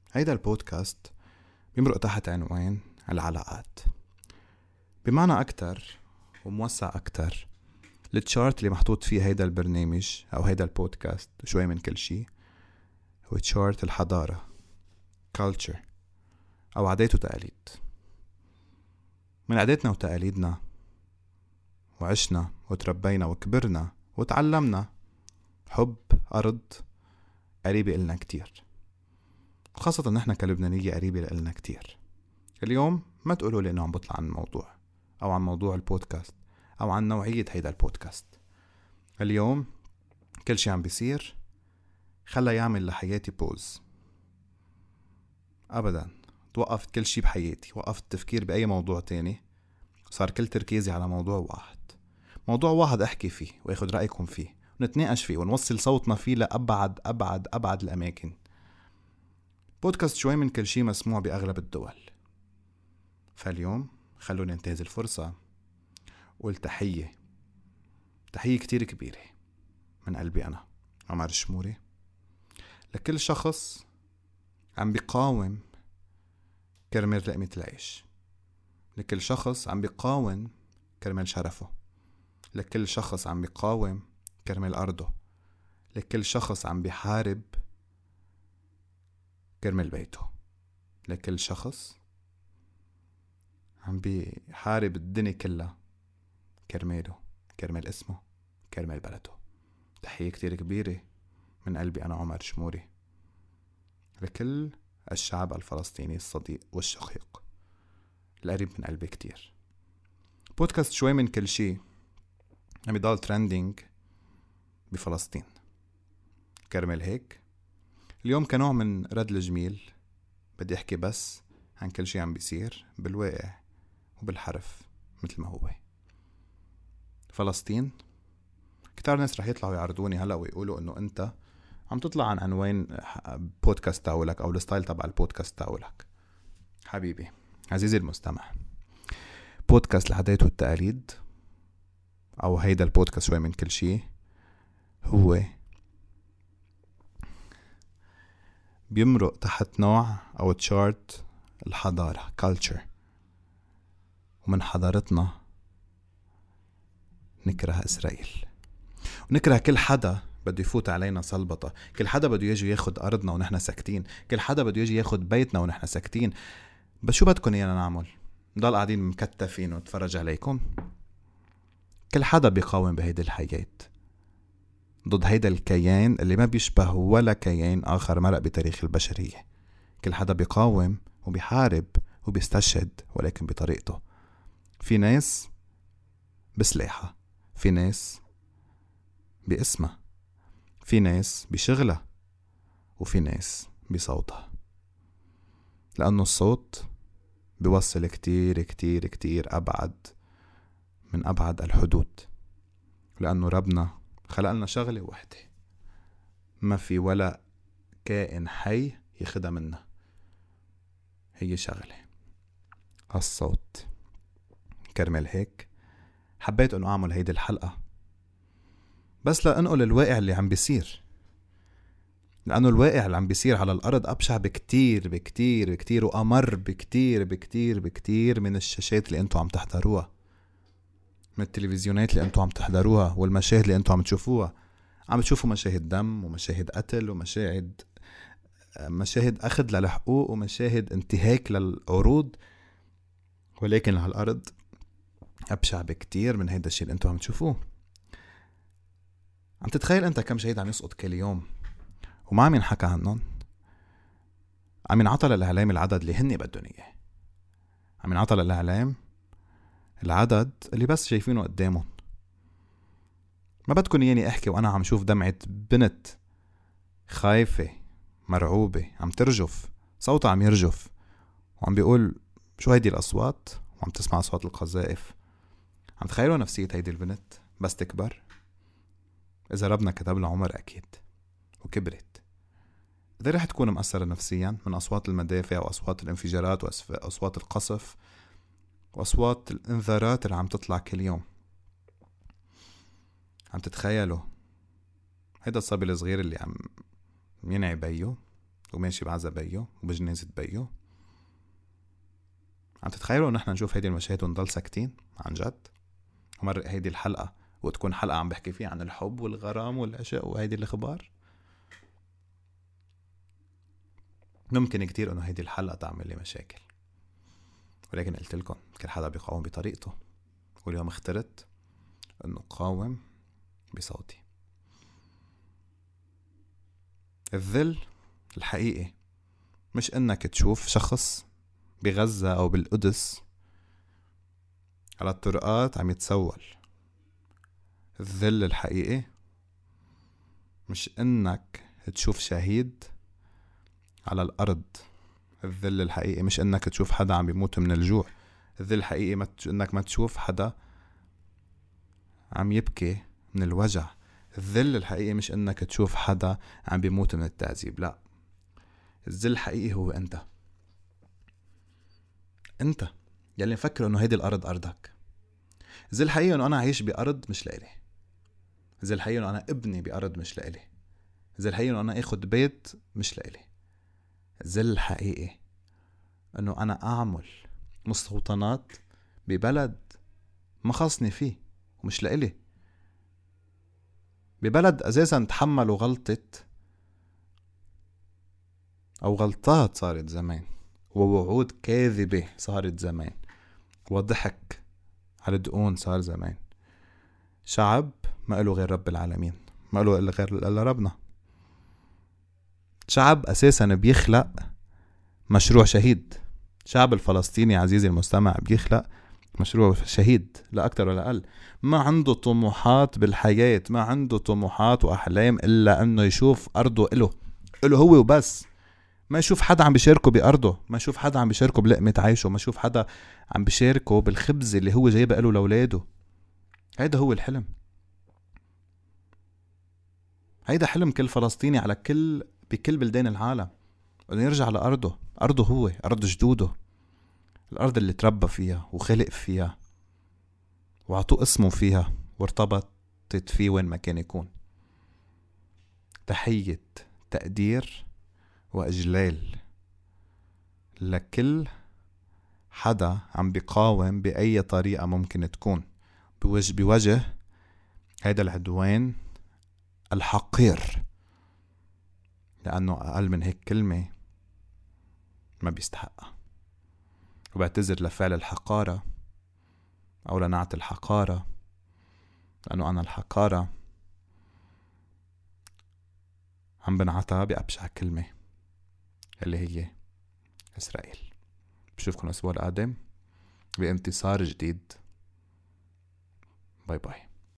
هيدا البودكاست بيمرق تحت عنوان العلاقات. بمعنى أكتر وموسع أكتر، التشارت اللي محطوط فيه هيدا البرنامج أو هيدا البودكاست شوي من كل شي هو تشارت الحضارة culture أو عادات وتقاليد. من عاداتنا وتقاليدنا وعشنا وتربينا وكبرنا وتعلمنا حب أرض قريبة إلنا كتير، خاصة نحن كلبنانية قريبة لإلنا كتير. اليوم ما تقولوا لي إنه عم بطلع عن الموضوع أو عن موضوع البودكاست أو عن نوعية هيدا البودكاست. اليوم كل شي عم بيصير خلى يعمل لحياتي بوز. أبدا توقفت كل شي بحياتي، وقفت التفكير بأي موضوع تاني، صار كل تركيزي على موضوع واحد أحكي فيه وياخد رأيكم فيه ونتناقش فيه ونوصل صوتنا فيه لأبعد أبعد أبعد الأماكن. بودكاست شوي من كل شي مسموع بأغلب الدول. فاليوم خلوني انتهز الفرصة والتحية كتير كبيرة من قلبي أنا عمر الشموري لكل شخص عم بيقاوم كرمال لقمة العيش، لكل شخص عم بيقاوم كرمال شرفه، لكل شخص عم بيقاوم كرمال أرضه، لكل شخص عم بيحارب كرمال بيته، لكل شخص عم بيحارب الدنيا كلها كرماله، كرمال اسمه، كرمال بلده. تحية كتير كبيرة من قلبي أنا عمر شموري لكل الشعب الفلسطيني الصديق والشقيق القريب من قلبي كتير. بودكاست شوي من كل شي عم يضل ترندينج بفلسطين. كرمال هيك اليوم كنوع من رد الجميل بدي أحكي بس عن كل شي عم بيصير بالواقع وبالحرف مثل ما هو. فلسطين كتار ناس رح يطلعوا يعرضوني هلأ ويقولوا إنه أنت عم تطلع عن عنوان بودكاست تاولك أو الستايل تبع البودكاست تاولك. حبيبي عزيزي المستمع، بودكاست العادات والتقاليد أو هيدا البودكاست شوي من كل شي هو بيمرق تحت نوع أو تشارت الحضارة culture. ومن حضارتنا نكره إسرائيل ونكره كل حدا بده يفوت علينا صلبطة، كل حدا بده يجي ياخد أرضنا ونحن ساكتين، كل حدا بده يجي ياخد بيتنا ونحن ساكتين. بس شو بدكن إيانا نعمل؟ نضل قاعدين مكتفين ونتفرج عليكم؟ كل حدا بيقاوم بهيدي الحياة ضد هيدا الكيان اللي ما بيشبه ولا كيان آخر مرق بتاريخ البشرية. كل حدا بيقاوم وبيحارب وبيستشهد ولكن بطريقته. في ناس بسلاحها، في ناس باسمها، في ناس بشغلها، وفي ناس بصوتها، لأنه الصوت بيوصل كتير كتير كتير أبعد من أبعد الحدود. لأنه ربنا خلق لنا شغلة واحدة ما في ولا كائن حي يخدها منا، هي شغلة الصوت. كرمال هيك حبيت أنه أعمل هيدي الحلقة بس لأنقل الواقع اللي عم بيصير، لأنه الواقع اللي عم بيصير على الأرض أبشع بكتير بكتير بكتير وأمر بكتير بكتير بكتير من الشاشات اللي أنتوا عم تحضروها، من التلفزيونات اللي أنتوا عم تحضروها والمشاهد اللي أنتوا عم تشوفوها. عم تشوفوا مشاهد دم ومشاهد قتل ومشاهد أخذ للحقوق ومشاهد انتهاك للعروض، ولكن على الأرض أبشع بكتير من هيدا الشيء اللي أنتوا عم تشوفوه. عم تتخيل أنت كم شهيد عم يسقط كل يوم وما عم ينحكى عنهم؟ عم ينعطى للإعلام العدد اللي هني بدهم إياه، عم ينعطى للإعلام العدد اللي بس شايفينه قدامهم. ما بدكن ياني أحكي وأنا عم شوف دمعة بنت خايفة مرعوبة عم ترجف، صوتها عم يرجف وعم بيقول شو هيدي الأصوات، وعم تسمع أصوات القذائف. عم تخيلوا نفسية هيدي البنت بس تكبر؟ إذا ربنا كتب لها عمر أكيد وكبرت، إذا رح تكون مأثرة نفسيا من أصوات المدافع وأصوات الانفجارات وأصوات القصف وأصوات الإنذارات اللي عم تطلع كل يوم. عم تتخيلوا هيدا الصبي الصغير اللي عم ينعي بيه وماشي بعزا بيو وبجنازة بيو. عم تتخيلوا نحن نشوف هيدي المشاهد ونضل ساكتين عن جد؟ ومرق هيدي الحلقة وتكون حلقة عم بحكي فيها عن الحب والغرام والعشق وهيدي الأخبار. ممكن كتير انه هيدي الحلقة تعمل لي مشاكل، ولكن قلت لكم كل حدا بيقاوم بطريقته، واليوم اخترت انه قاوم بصوتي. الذل الحقيقي مش انك تشوف شخص بغزة او بالقدس على الطرقات عم يتسول. الذل الحقيقي مش انك تشوف شهيد على الارض. الذل الحقيقي مش انك تشوف حدا عم بيموت من الجوع. الذل الحقيقي انك ما تشوف حدا عم يبكي من الوجع. الذل الحقيقي مش انك تشوف حدا عم بيموت من التعذيب. لا، الذل الحقيقي هو انت يلي مفكر انه هيدي الارض ارضك. الذل الحقيقي انه انا عايش بارض مش لإلي. الذل الحقيقي انه انا ابني بارض مش لإلي. الذل الحقيقي انه انا اخد بيت مش لإلي. الذل الحقيقي انه انا اعمل مستوطنات ببلد ما خاصني فيه ومش لإلي، ببلد اساسا تحملوا غلطة او غلطات صارت زمان، ووعود كاذبة صارت زمان، وضحك على الدقون صار زمان. شعب ما له غير رب العالمين، ما له إلا غير إلا ربنا. شعب أساسا بيخلق مشروع شهيد. شعب الفلسطيني عزيزي المستمع بيخلق مشروع شهيد، لا أكتر ولا أقل. ما عنده طموحات بالحياة، ما عنده طموحات وأحلام إلا أنه يشوف أرضه إله هو وبس. ما يشوف حدا عم بيشاركه بأرضه، ما يشوف حدا عم بيشاركه بلقمة عيشه، ما يشوف حدا عم بيشاركه بالخبز اللي هو جايبه له لأولاده. هيدا هو الحلم. هيدا حلم كل فلسطيني على بكل بلدان العالم، انه يرجع لأرضه. أرضه هو أرض جدوده، الأرض اللي تربى فيها وخلق فيها وعطوه اسمه فيها وارتبطت فيه وين ما كان يكون. تحية تقدير وإجلال لكل حدا عم بيقاوم بأي طريقة ممكن تكون بوجه هيدا العدوان الحقير، لأنه أقل من هيك كلمة ما بيستحقها. وبعتذر لفعل الحقارة أو لنعت الحقارة، لأنه أنا الحقارة عم بنعتها بأبشع كلمة اللي هي إسرائيل. بشوفكم الأسبوع القادم بانتصار جديد. باي باي.